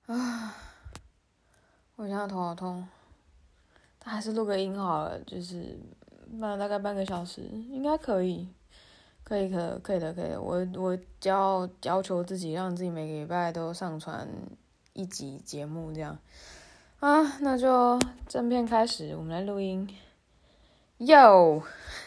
我现在头好痛，但还是录个音好了，就是大概半个小时，应该可以，可以的。我只要求自己，让自己每个礼拜都上传一集节目这样啊，那就正片开始，我们来录音。Yo，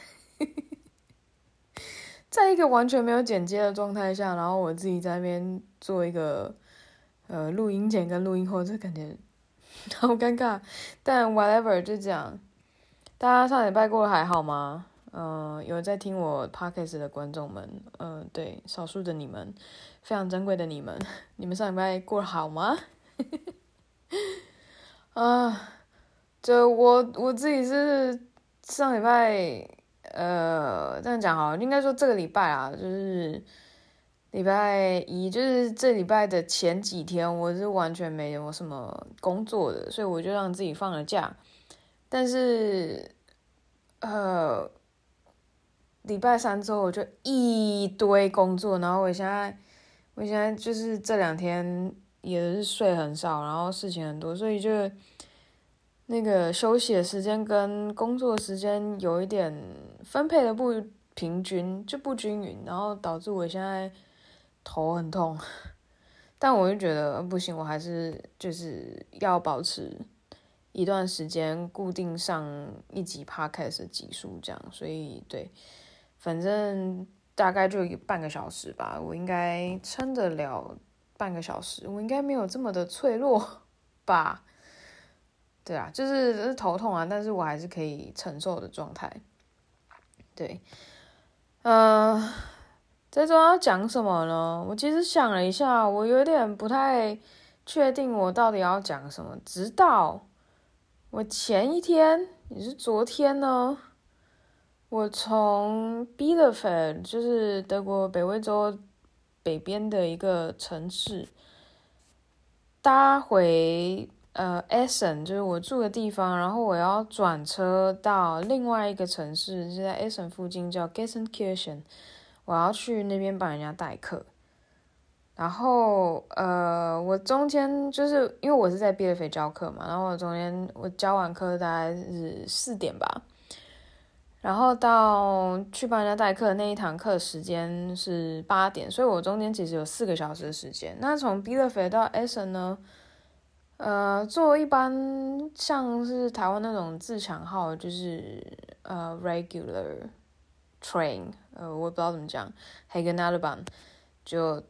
在一个完全没有剪接的状态下，然后我自己在那边做一个录音前跟录音后，这感觉好尴尬，但 whatever 就这样。大家上礼拜过得还好吗？有在听我 podcast 的观众们，对，少数的你们，非常珍贵的你们，你们上礼拜过得好吗？就我自己是上礼拜，这样讲好了，应该说这个礼拜啊，就是礼拜一，就是这礼拜的前几天，我是完全没有什么工作的，所以我就让自己放了假。但是，礼拜三之后我就一堆工作，然后我现在就是这2天也是睡很少，然后事情很多，所以就那个休息的时间跟工作时间有一点分配的不平均，就不均匀，然后导致我现在头很痛。但我就觉得不行，我还是就是要保持一段时间固定上一集 podcast 的集数这样，所以对，反正大概就半个小时吧，我应该撑得了半个小时，我应该没有这么的脆弱吧？对啊，就是头痛啊，但是我还是可以承受的状态。对，这周要讲什么呢？我其实想了一下，我有点不太确定我到底要讲什么，直到我前一天，也是昨天呢，我从 Bielefeld，就是德国北威州北边的一个城市，搭回Essen，就是我住的地方，然后我要转车到另外一个城市，是在 Essen 附近，叫 Gelsenkirchen， 我要去那边帮人家代课。然后我中间就是因为我是在毕业肥教课嘛，然后我中间我教完课大概是4点吧，然后到去帮人家代课那一堂课时间是8点，所以我中间其实有4个小时的时间。那从毕业肥到 Essen 呢，坐一般像是台湾那种自强号，就是regular train，我也不知道怎么讲 Regionalbahn， 就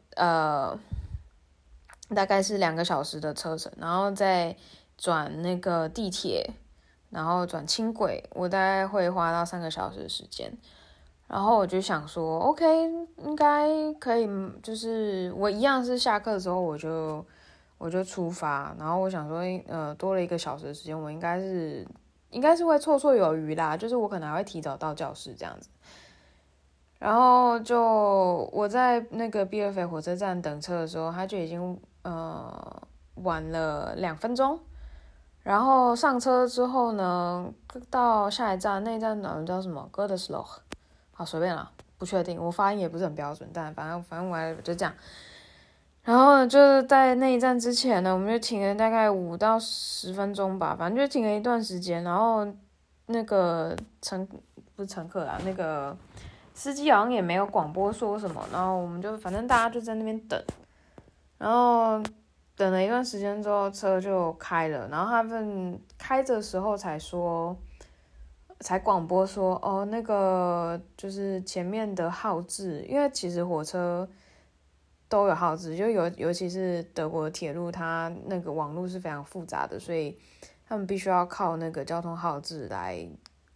大概是2个小时的车程，然后再转那个地铁，然后转轻轨，我大概会花到3个小时的时间。然后我就想说 ，OK， 应该可以，就是我一样是下课的时候我就出发，然后我想说，多了1个小时的时间，我应该是会绰绰有余啦，就是我可能还会提早到教室这样子。然后就我在那个毕尔菲火车站等车的时候，他就已经晚了2分钟。然后上车之后呢，到下一站，那一站叫什么 Gottesloch， 好随便啦，不确定，我发音也不是很标准，但反正我就这样。然后就是在那一站之前呢，我们就停了大概5到10分钟吧，反正就停了一段时间。然后那个不是乘客啦，那个司机好像也没有广播说什么，然后我们就反正大家就在那边等，然后等了一段时间之后，车就开了，然后他们开的时候才广播说，哦，那个就是前面的号志，因为其实火车都有号志，就尤其是德国铁路，它那个网络是非常复杂的，所以他们必须要靠那个交通号志来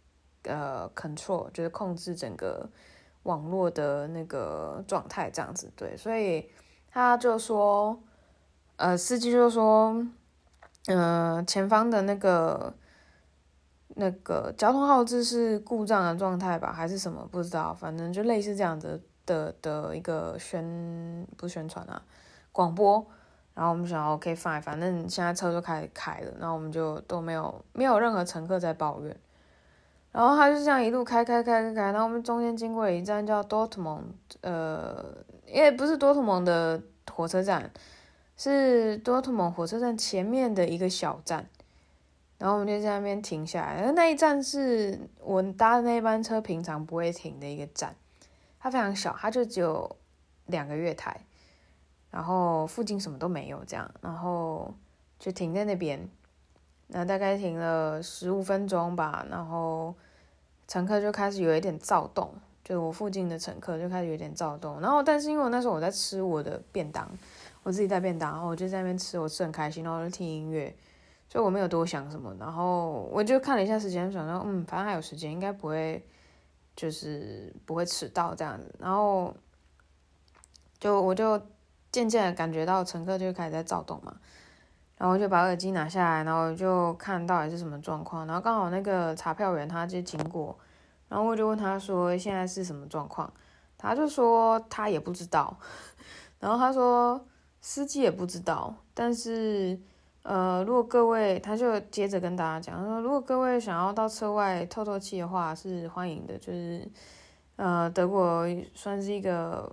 control， 就是控制整个网络的那个状态这样子，对，所以他就说，司机就说，前方的那个交通号志是故障的状态吧，还是什么不知道，反正就类似这样的一个不是宣传啊，广播。然后我们想 OK fine， 反正现在车就开始开了，然后我们就都没有任何乘客在抱怨。然后他就这样一路开，然后我们中间经过了一站叫 Dortmund， 也不是多特蒙的火车站， 是多特蒙火车站前面的一个小站，然后我们就在那边停下来。那一站是我搭的那一班车平常不会停的一个站，它非常小，它就只有2个月台，然后附近什么都没有这样，然后就停在那边。那大概停了15分钟吧，然后乘客就开始有一点躁动，就我附近的乘客就开始有点躁动。然后但是因为我那时候我在吃我的便当，我自己带便当，然后我就在那边吃，我吃很开心，然后我就听音乐，所以我没有多想什么。然后我就看了一下时间，想说反正还有时间，应该不会就是不会迟到这样子。然后我就渐渐的感觉到乘客就开始在躁动嘛。然后我就把耳机拿下来，然后就看到底是什么状况。然后刚好那个查票员他就经过，然后我就问他说现在是什么状况，他就说他也不知道，然后他说司机也不知道，但是如果各位，他就接着跟大家讲说，如果各位想要到车外透透气的话是欢迎的，就是德国算是一个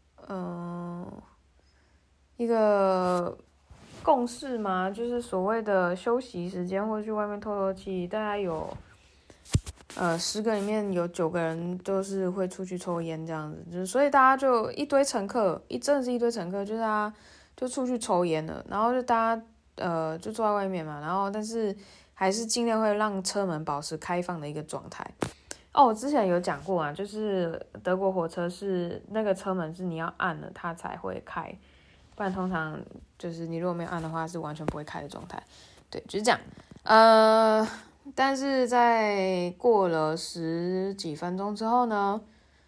一个共识嘛，就是所谓的休息时间或去外面透透气，大概有10个里面有9个人都是会出去抽烟这样子，就是所以大家就一堆乘客，真的是一堆乘客，就是大家就出去抽烟了，然后就大家就坐在外面嘛，然后但是还是尽量会让车门保持开放的一个状态。我之前有讲过啊，就是德国火车是那个车门是你要按了它才会开，不然通常就是你如果没有按的话是完全不会开的状态。对，就是这样。但是在过了10几分钟之后呢，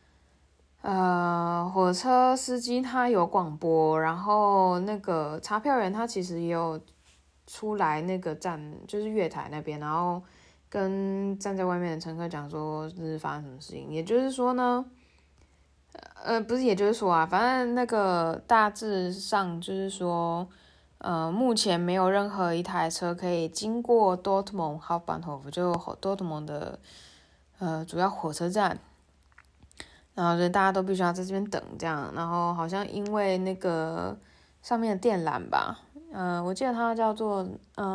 火车司机他有广播，然后那个查票员他其实也有出来那个站，就是月台那边，然后跟站在外面的乘客讲说是发生什么事情。也就是说呢，不是，也就是说啊，反正那个大致上就是说，目前没有任何一台车可以经过 Dortmund Hauptbahnhof， 就 Dortmund 的主要火车站，然后所以大家都必须要在这边等这样。然后好像因为那个上面的电缆吧，我记得它叫做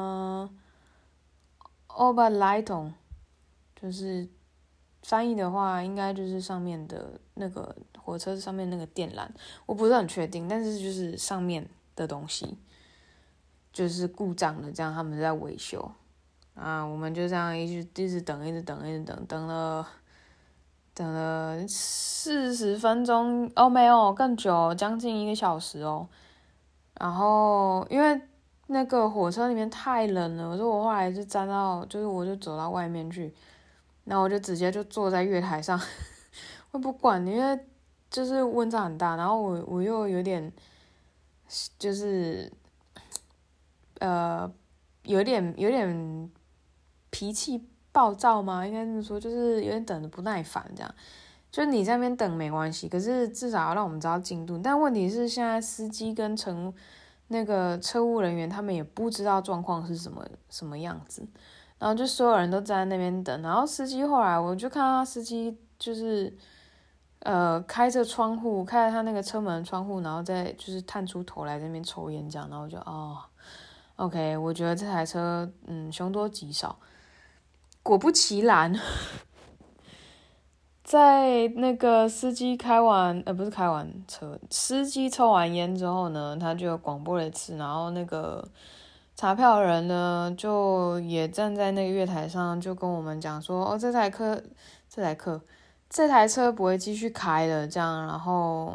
Oberleitung， 就是翻译的话应该就是上面的那个火车上面那个电缆，我不是很确定，但是就是上面的东西就是故障了，这样他们在维修啊，我们就这样一直等，一直等，等了40分钟没有更久，将近1个小时哦。然后因为那个火车里面太冷了，所以我后来就站到，就是我就走到外面去，然后我就直接就坐在月台上，我不管，因为就是温差很大，然后我又有点就是有点脾气暴躁吗？应该这么说，就是有点等的不耐烦这样。就是你在那边等没关系，可是至少要让我们知道进度。但问题是现在司机跟那个车务人员他们也不知道状况是什么样子，然后就所有人都站在那边等。然后司机后来我就看到司机就是开着窗户，开着他那个车门的窗户，然后再就是探出头来在那边抽烟这样。然后我就OK， 我觉得这台车凶多吉少。果不其然，在那个司机不是开完车，司机抽完烟之后呢，他就广播了一次，然后那个查票人呢就也站在那个月台上，就跟我们讲说，这台车不会继续开了，这样。然后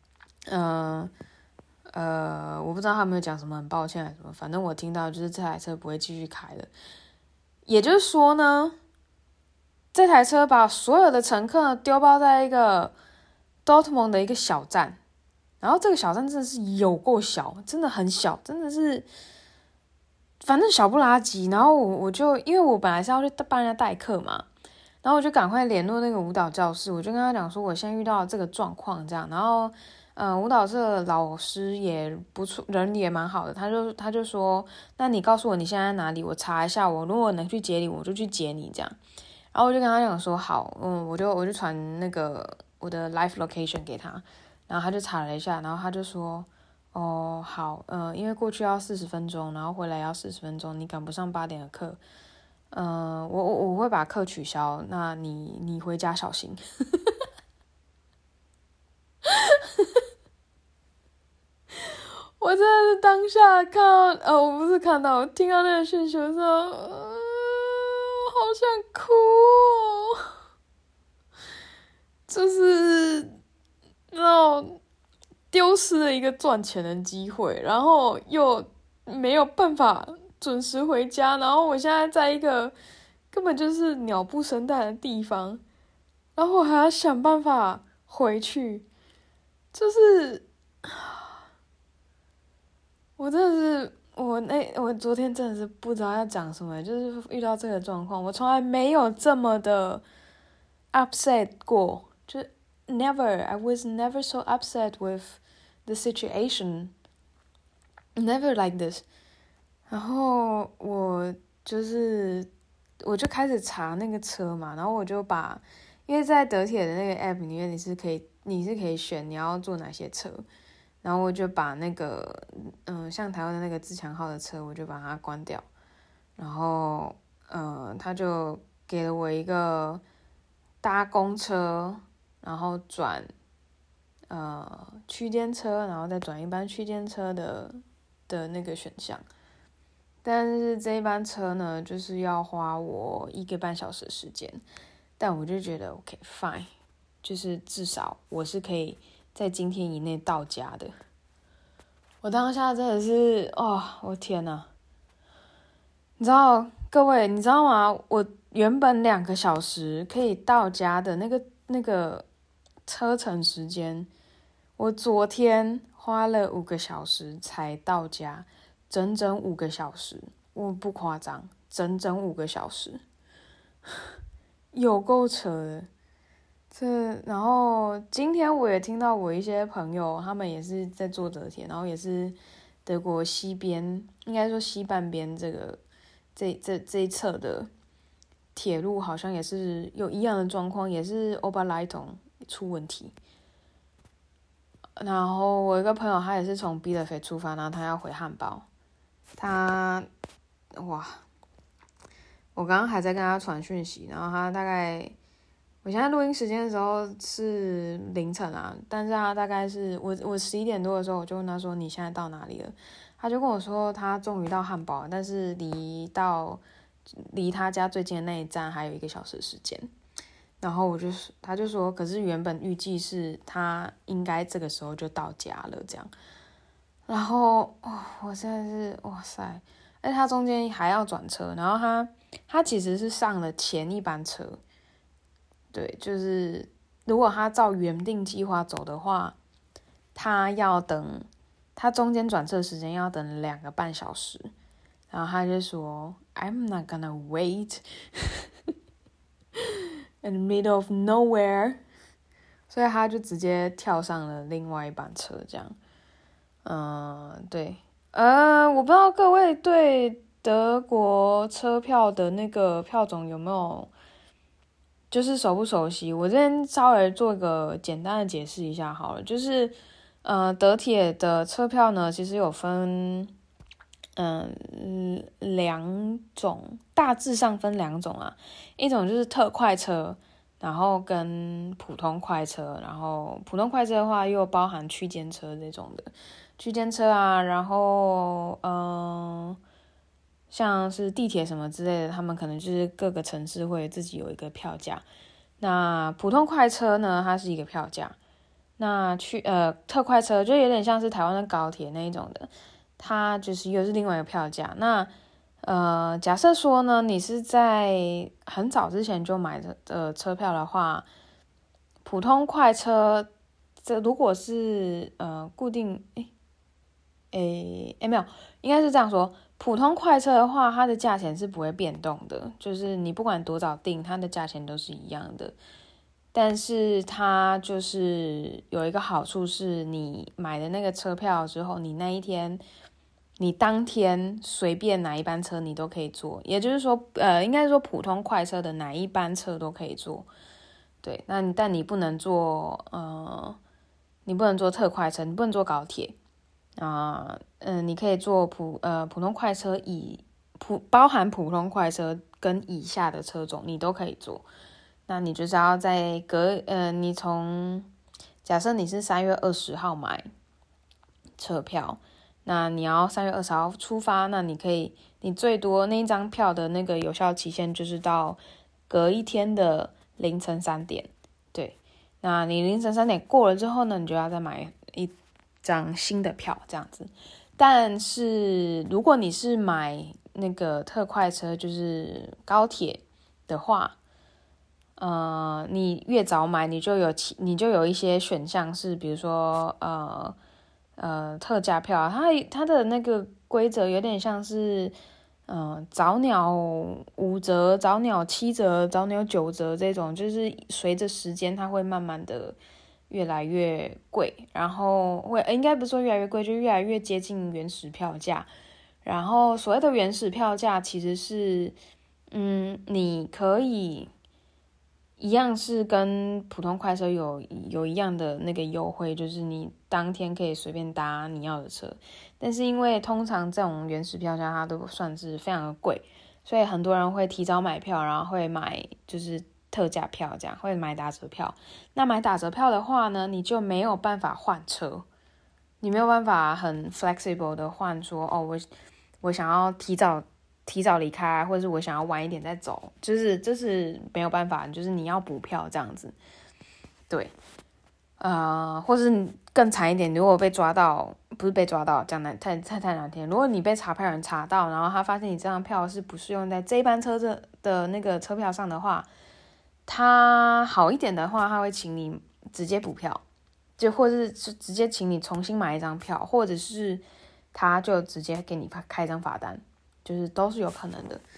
我不知道他有没有讲什么很抱歉还是什么，反正我听到就是这台车不会继续开了。也就是说呢，这台车把所有的乘客丢包在一个 Dortmund 的一个小站，然后这个小站真的是有够小，真的很小，真的是反正小不拉几。然后我就因为我本来是要去帮人家代课嘛，然后我就赶快联络那个舞蹈教室，我就跟他讲说我现在遇到这个状况这样。然后舞蹈社的老师也不错，人也蛮好的，他就说，那你告诉我你现在在哪里，我查一下，我如果能去接你，我就去接你这样。然后我就跟他讲说好，我就传那个我的 live location 给他，然后他就查了一下，然后他就说哦，好，因为过去要40分钟，然后回来要40分钟，你赶不上8点的课，我会把课取消，那你回家小心。我真的是当下看到，我不是看到，我听到那个讯息的时候，我好想哭哦，就是那种丢失了一个赚钱的机会，然后又没有办法准时回家，然后我现在在一个根本就是鸟不生蛋的地方，然后我还要想办法回去，就是我真的是我昨天真的是不知道要讲什么，就是遇到这个状况，我从来没有这么的 upset 过，就 I was never so upset with the situation, never like this。然后我就开始查那个车嘛，然后我就把，因为在德铁的那个 app 里面你是可以选你要坐哪些车。然后我就把那个，像台湾的那个自强号的车，我就把它关掉。然后，他就给了我一个搭公车，然后转，区间车，然后再转一班区间车的那个选项。但是这一班车呢，就是要花我1个半小时的时间。但我就觉得 OK fine， 就是至少我是可以在今天以内到家的。我当下真的是，我天哪！你知道，各位，你知道吗？我原本2个小时可以到家的那个车程时间，我昨天花了5个小时才到家，整整5个小时，我不夸张，整整5个小时，有够扯的。然后今天我也听到我一些朋友，他们也是在坐德铁，然后也是德国西边，应该说西半边这一侧的铁路，好像也是有一样的状况，也是 Oberleitung 出问题。然后我一个朋友，他也是从 Bielefeld 出发，然后他要回汉堡，我刚刚还在跟他传讯息，然后他大概。我现在录音时间的时候是凌晨啊，但是他大概是我11点多的时候，我就问他说你现在到哪里了？他就跟我说他终于到汉堡了，但是离他家最近的那一站还有1个小时的时间。然后他就说，可是原本预计是他应该这个时候就到家了这样。然后我现在是哇塞，而且他中间还要转车，然后他其实是上了前一班车。对，就是如果他照原定计划走的话，他中间转车时间要等2个半小时，然后他就说 I'm not gonna wait in the middle of nowhere， 所以他就直接跳上了另外一班车，这样，对，我不知道各位对德国车票的那个票种有没有？就是熟不熟悉？我这边稍微做一个简单的解释一下好了，就是德铁的车票呢，其实有分2种，大致上分2种啊，一种就是特快车，然后跟普通快车，然后普通快车的话又包含区间车这种的，区间车啊，然后像是地铁什么之类的，他们可能就是各个城市会自己有一个票价。那普通快车呢，它是一个票价。那特快车就有点像是台湾的高铁那一种的，它就是又是另外一个票价。那假设说呢，你是在很早之前就买的车票的话，普通快车如果是固定没有，应该是这样说。普通快车的话，它的价钱是不会变动的，就是你不管多早订，它的价钱都是一样的。但是它就是有一个好处是，你买的那个车票之后，你当天随便哪一班车你都可以坐，也就是说，应该是说普通快车的哪一班车都可以坐。对，但你不能坐特快车，你不能坐高铁。 你可以坐普通快车包含普通快车跟以下的车种你都可以坐。那你就是要在你假设你是3月20号买车票，那你要3月20号出发，那你最多那一张票的那个有效期限就是到隔一天的凌晨3点，对，那你凌晨3点过了之后呢，你就要再买一张新的票这样子。但是如果你是买那个特快车，就是高铁的话，你越早买，你就有一些选项是，比如说特价票，它的那个规则有点像是早鸟5折、早鸟7折、早鸟9折这种，就是随着时间它会慢慢的越来越贵，然后应该不是说越来越贵，就越来越接近原始票价。然后所谓的原始票价其实是你可以一样是跟普通快车有一样的那个优惠，就是你当天可以随便搭你要的车，但是因为通常这种原始票价它都算是非常的贵，所以很多人会提早买票，然后会买就是特价票，这样会买打折票。那买打折票的话呢，你就没有办法换车，你没有办法很 flexible 的换说我想要提早离开，或者是我想要晚一点再走，就是这是没有办法，就是你要补票这样子，对，或是更惨一点，如果被抓到，不是被抓到，讲太难听，如果你被查票人查到，然后他发现你这张票是不适用在这一班车的那个车票上的话，他好一点的话，他会请你直接补票，就或者是直接请你重新买一张票，或者是他就直接给你开一张罚单。就是都是有可能的。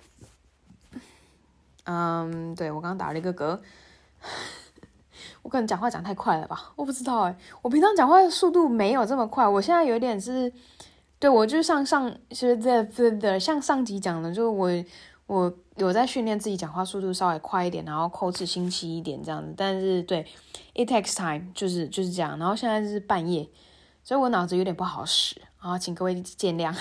对，我刚刚打了一个嗝，我可能讲话讲太快了吧，我不知道我平常讲话的速度没有这么快，我现在有点是，对，我就像上集讲的，就是我有在训练自己讲话速度稍微快一点，然后口齿清晰一点这样子，但是对 ，it takes time，就是这样，然后现在是半夜，所以我脑子有点不好使，然后请各位见谅。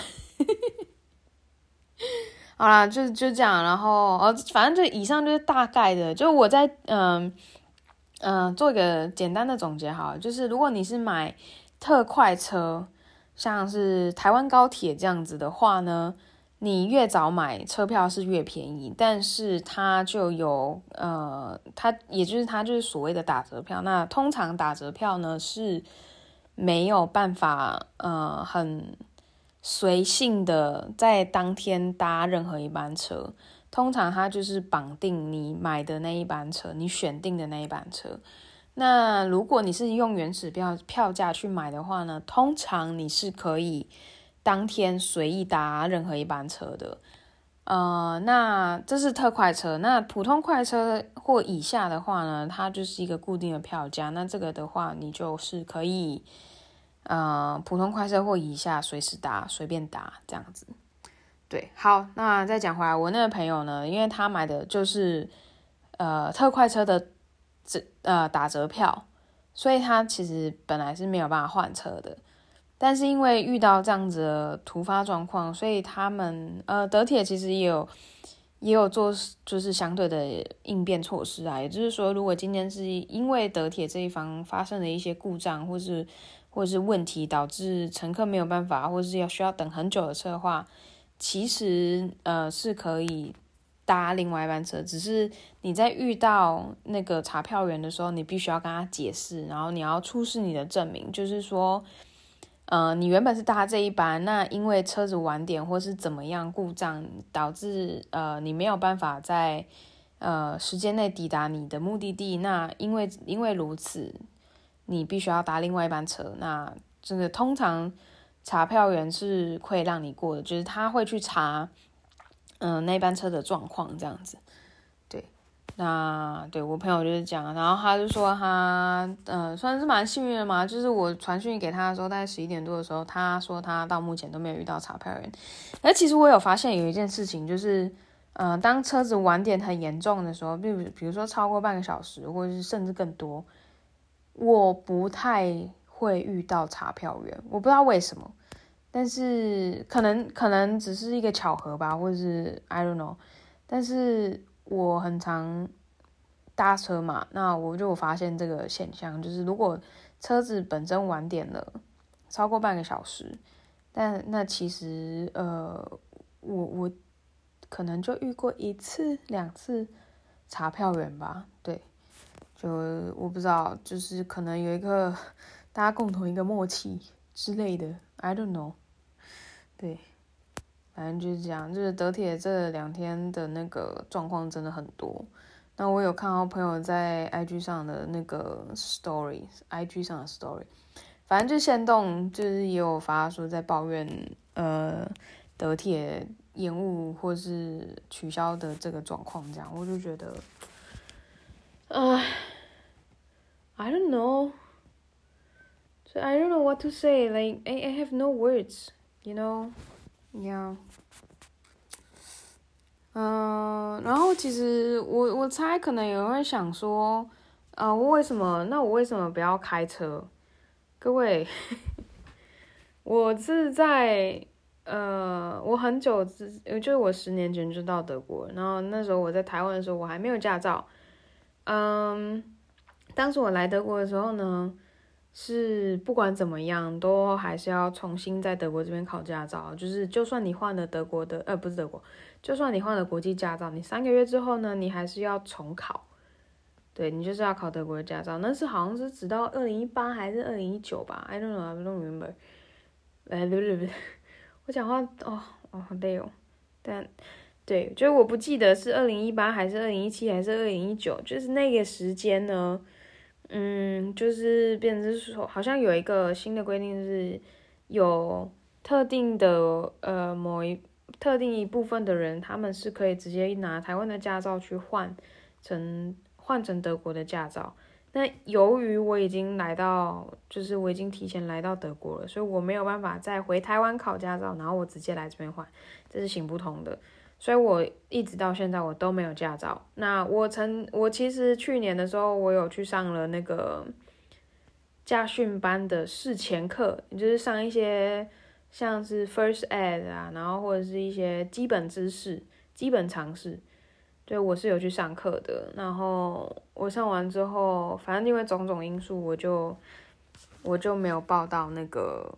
好啦，就这样，然后反正就以上就是大概的，就我在做一个简单的总结好了，就是如果你是买特快车，像是台湾高铁这样子的话呢，你越早买车票是越便宜，但是它就有它就是所谓的打折票，那通常打折票呢是没有办法很随性的在当天搭任何一班车，通常它就是绑定你买的那一班车，你选定的那一班车。那如果你是用原始票价去买的话呢，通常你是可以当天随意搭任何一班车的。那这是特快车，那普通快车或以下的话呢，它就是一个固定的票价。那这个的话，你就是可以普通快车或以下随时搭，随便搭这样子。对，好，那再讲回来，我那个朋友呢，因为他买的就是特快车的打折票，所以他其实本来是没有办法换车的。但是因为遇到这样子的突发状况，所以他们德铁其实也有做就是相对的应变措施啊，也就是说，如果今天是因为德铁这一方发生了一些故障或是问题，导致乘客没有办法，或是需要等很久的车的话，其实是可以搭另外一班车，只是你在遇到那个查票员的时候，你必须要跟他解释，然后你要出示你的证明，就是说你原本是搭这一班，那因为车子晚点或是怎么样故障，导致你没有办法在时间内抵达你的目的地，那因为如此，你必须要搭另外一班车。那这个通常查票员是会让你过的，就是他会去查那班车的状况这样子。对，那对我朋友就是这样，然后他就说他算是蛮幸运的嘛，就是我传讯给他的时候，大概11点多的时候，他说他到目前都没有遇到查票员。而其实我有发现有一件事情，就是当车子晚点很严重的时候，比如说超过半个小时，或者是甚至更多，我不太会遇到查票员，我不知道为什么，但是可能只是一个巧合吧，或者是 I don't know， 但是我很常搭车嘛，那我就发现这个现象，就是如果车子本身晚点了超过半个小时，但那其实我可能就遇过1次2次查票员吧，对，就我不知道，就是可能有一个大家共同一个默契之类的 ，I don't know， 对，反正就是这样，就是德铁这2天的那个状况真的很多。那我有看到朋友在 IG 上的那个 story，IG 上的 story， 反正就限动，就是也有发说在抱怨德铁延误或是取消的这个状况，这样我就觉得，I don't know， so I don't know what to say. Like I have no words, you know, yeah. 然后其实我猜可能有人会想说，我为什么不要开车？各位，我是在我很久就是我10年前就到德国，然后那时候我在台湾的时候我还没有驾照，当时我来德国的时候呢，是不管怎么样都还是要重新在德国这边考驾照，就是就算你换了德国的不是德国，就算你换了国际驾照，你3个月之后呢，你还是要重考，对，你就是要考德国的驾照，那是好像是直到2018还是2019吧 ，I don't know, I don't remember。对，我讲话好累哦，但对，就是我不记得是2018还是2017还是2019，就是那个时间呢。就是变成是说，好像有一个新的规定，是有特定的特定一部分的人，他们是可以直接拿台湾的驾照去换成德国的驾照。那由于我已经来到，就是我已经提前来到德国了，所以我没有办法再回台湾考驾照，然后我直接来这边换，这是行不通的。所以我一直到现在我都没有驾照。那我其实去年的时候我有去上了那个驾训班的事前课，也就是上一些像是 First Aid 啊，然后或者是一些基本知识、基本常识。对，我是有去上课的。然后我上完之后，反正因为种种因素，我就没有报到那个。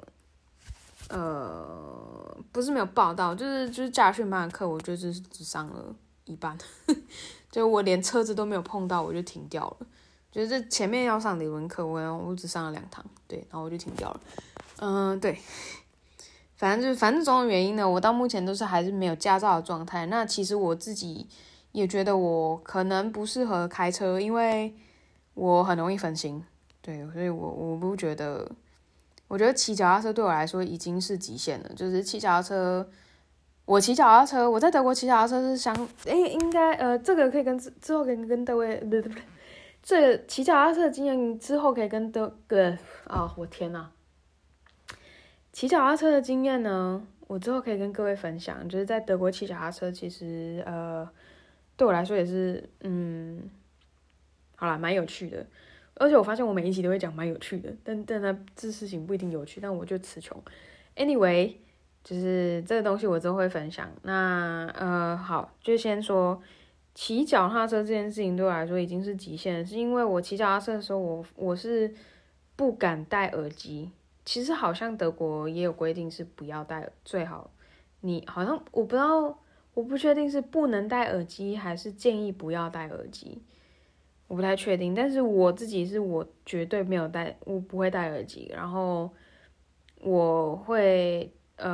不是没有报到，就是驾训班的课，我就是只上了一半，就我连车子都没有碰到，我就停掉了。就是前面要上理论课，我只上了2堂，对，然后我就停掉了。对，反正种种原因呢，我到目前都是还是没有驾照的状态。那其实我自己也觉得我可能不适合开车，因为我很容易分心，对，所以我不觉得。我觉得骑脚踏车对我来说已经是极限了，就是骑脚踏车，我在德国骑脚踏车是应该这个可以之后可以跟各位不，这个骑脚踏车的经验之后可以跟我天哪，骑脚踏车的经验呢，我之后可以跟各位分享，就是在德国骑脚踏车，其实对我来说也是好啦，蛮有趣的。而且我发现我每一集都会讲蛮有趣的，但这事情不一定有趣，但我就词穷。Anyway， 就是这个东西我之后会分享。那好，就先说骑脚踏车这件事情对我来说已经是极限了，是因为我骑脚踏车的时候，我是不敢戴耳机。其实好像德国也有规定是不要戴，最好你好像我不知道，我不确定是不能戴耳机还是建议不要戴耳机。我不太确定，但是我自己我绝对没有戴，我不会戴耳机，然后我会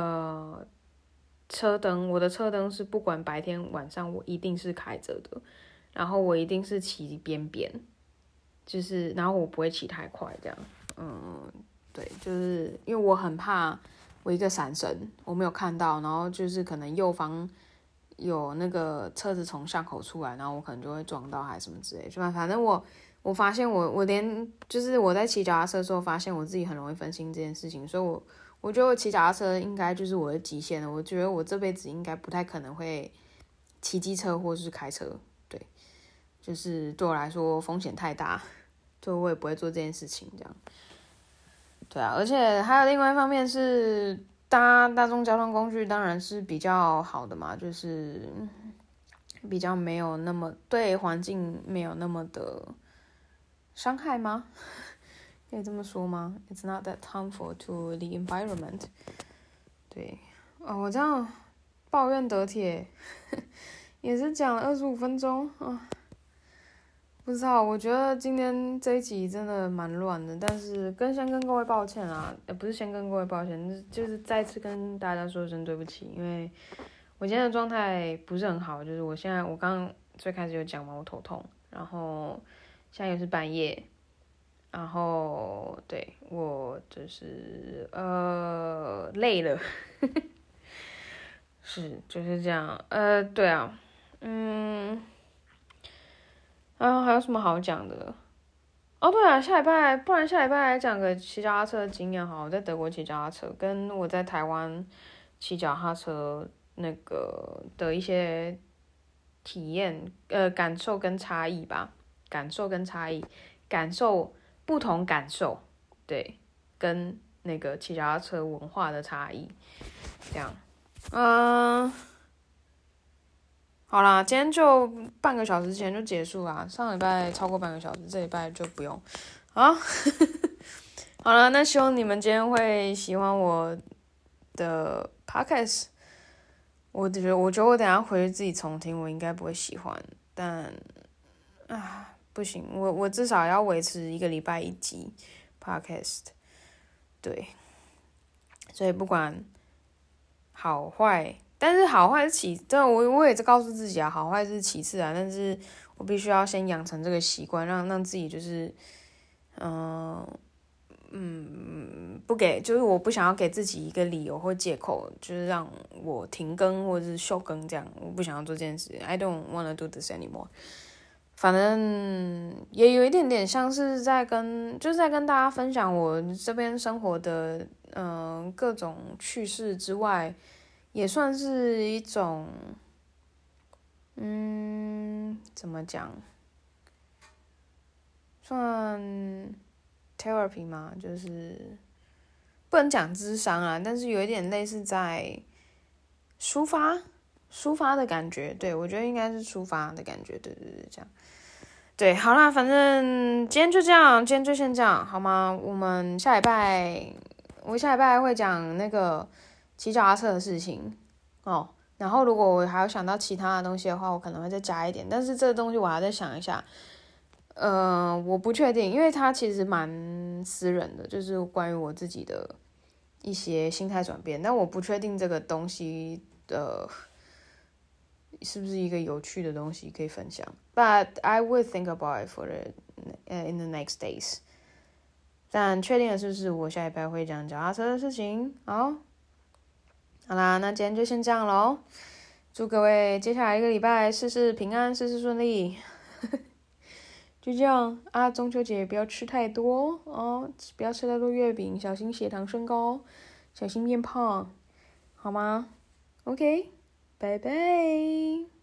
我的车灯是不管白天晚上我一定是开着的，然后我一定是骑边边，就是然后我不会骑太快这样，对，就是因为我很怕我一个闪神我没有看到，然后就是可能右方有那个车子从巷口出来，然后我可能就会撞到还是什么之类的。反正我发现我连就是我在骑脚踏车的时候，发现我自己很容易分心这件事情，所以我觉得我骑脚踏车应该就是我的极限了。我觉得我这辈子应该不太可能会骑机车或是开车，对，就是对我来说风险太大，所以我也不会做这件事情这样。 对啊，而且还有另外一方面是搭大众交通工具当然是比较好的嘛，就是比较没有那么对环境没有那么的伤害吗？可以这么说吗 ？It's not that harmful to the environment。对，我这样抱怨德铁也是讲了25分钟啊。不知道，我觉得今天这一集真的蛮乱的，但是先跟各位抱歉啊，不是先跟各位抱歉，就是再次跟大家说声对不起，因为我今天的状态不是很好，就是我刚刚最开始有讲嘛，我头痛，然后现在又是半夜，然后对我就是累了，是就是这样，对啊，然后还有什么好讲的？哦，对啊，不然下礼拜来讲个骑脚踏车的经验好，我在德国骑脚踏车，跟我在台湾骑脚踏车那个的一些体验，感受跟差异吧，感受跟差异，不同感受，对，跟那个骑脚踏车文化的差异，这样，好啦，今天就半个小时前就结束啦。上礼拜超过半个小时，这礼拜就不用。好，好了，那希望你们今天会喜欢我的 podcast。我觉得我等一下回去自己重听，我应该不会喜欢，但不行，我至少要维持1个礼拜1集 podcast。对，所以不管好坏。但是好坏是我也在告诉自己啊，好坏是其次啊，但是我必须要先养成这个习惯，让自己就是，就是我不想要给自己一个理由或借口，就是让我停更或者是休更这样，我不想要做这件事 ，I don't wanna do this anymore。反正也有一点点像是在跟大家分享我这边生活的各种趣事之外。也算是一种，怎么讲？算 therapy 嘛，就是不能讲諮商啊，但是有一点类似在抒发的感觉。对，我觉得应该是抒发的感觉，对，这样。对，好啦，反正今天就这样，今天就先这样，好吗？我下礼拜会讲那个骑脚踏车的事情哦。然后如果我还有想到其他的东西的话，我可能会再加一点，但是这个东西我还要再想一下。我不确定，因为它其实蛮私人的，就是关于我自己的一些心态转变，但我不确定这个东西是不是一个有趣的东西可以分享。But I will think about it in the next days。但确定的是我下礼拜会讲脚踏车的事情。好啦，那今天就先这样咯。祝各位接下来1个礼拜事事平安，事事顺利。就这样啊，中秋节不要吃太多哦，不要吃太多月饼，小心血糖升高，小心变胖，好吗？OK，拜拜。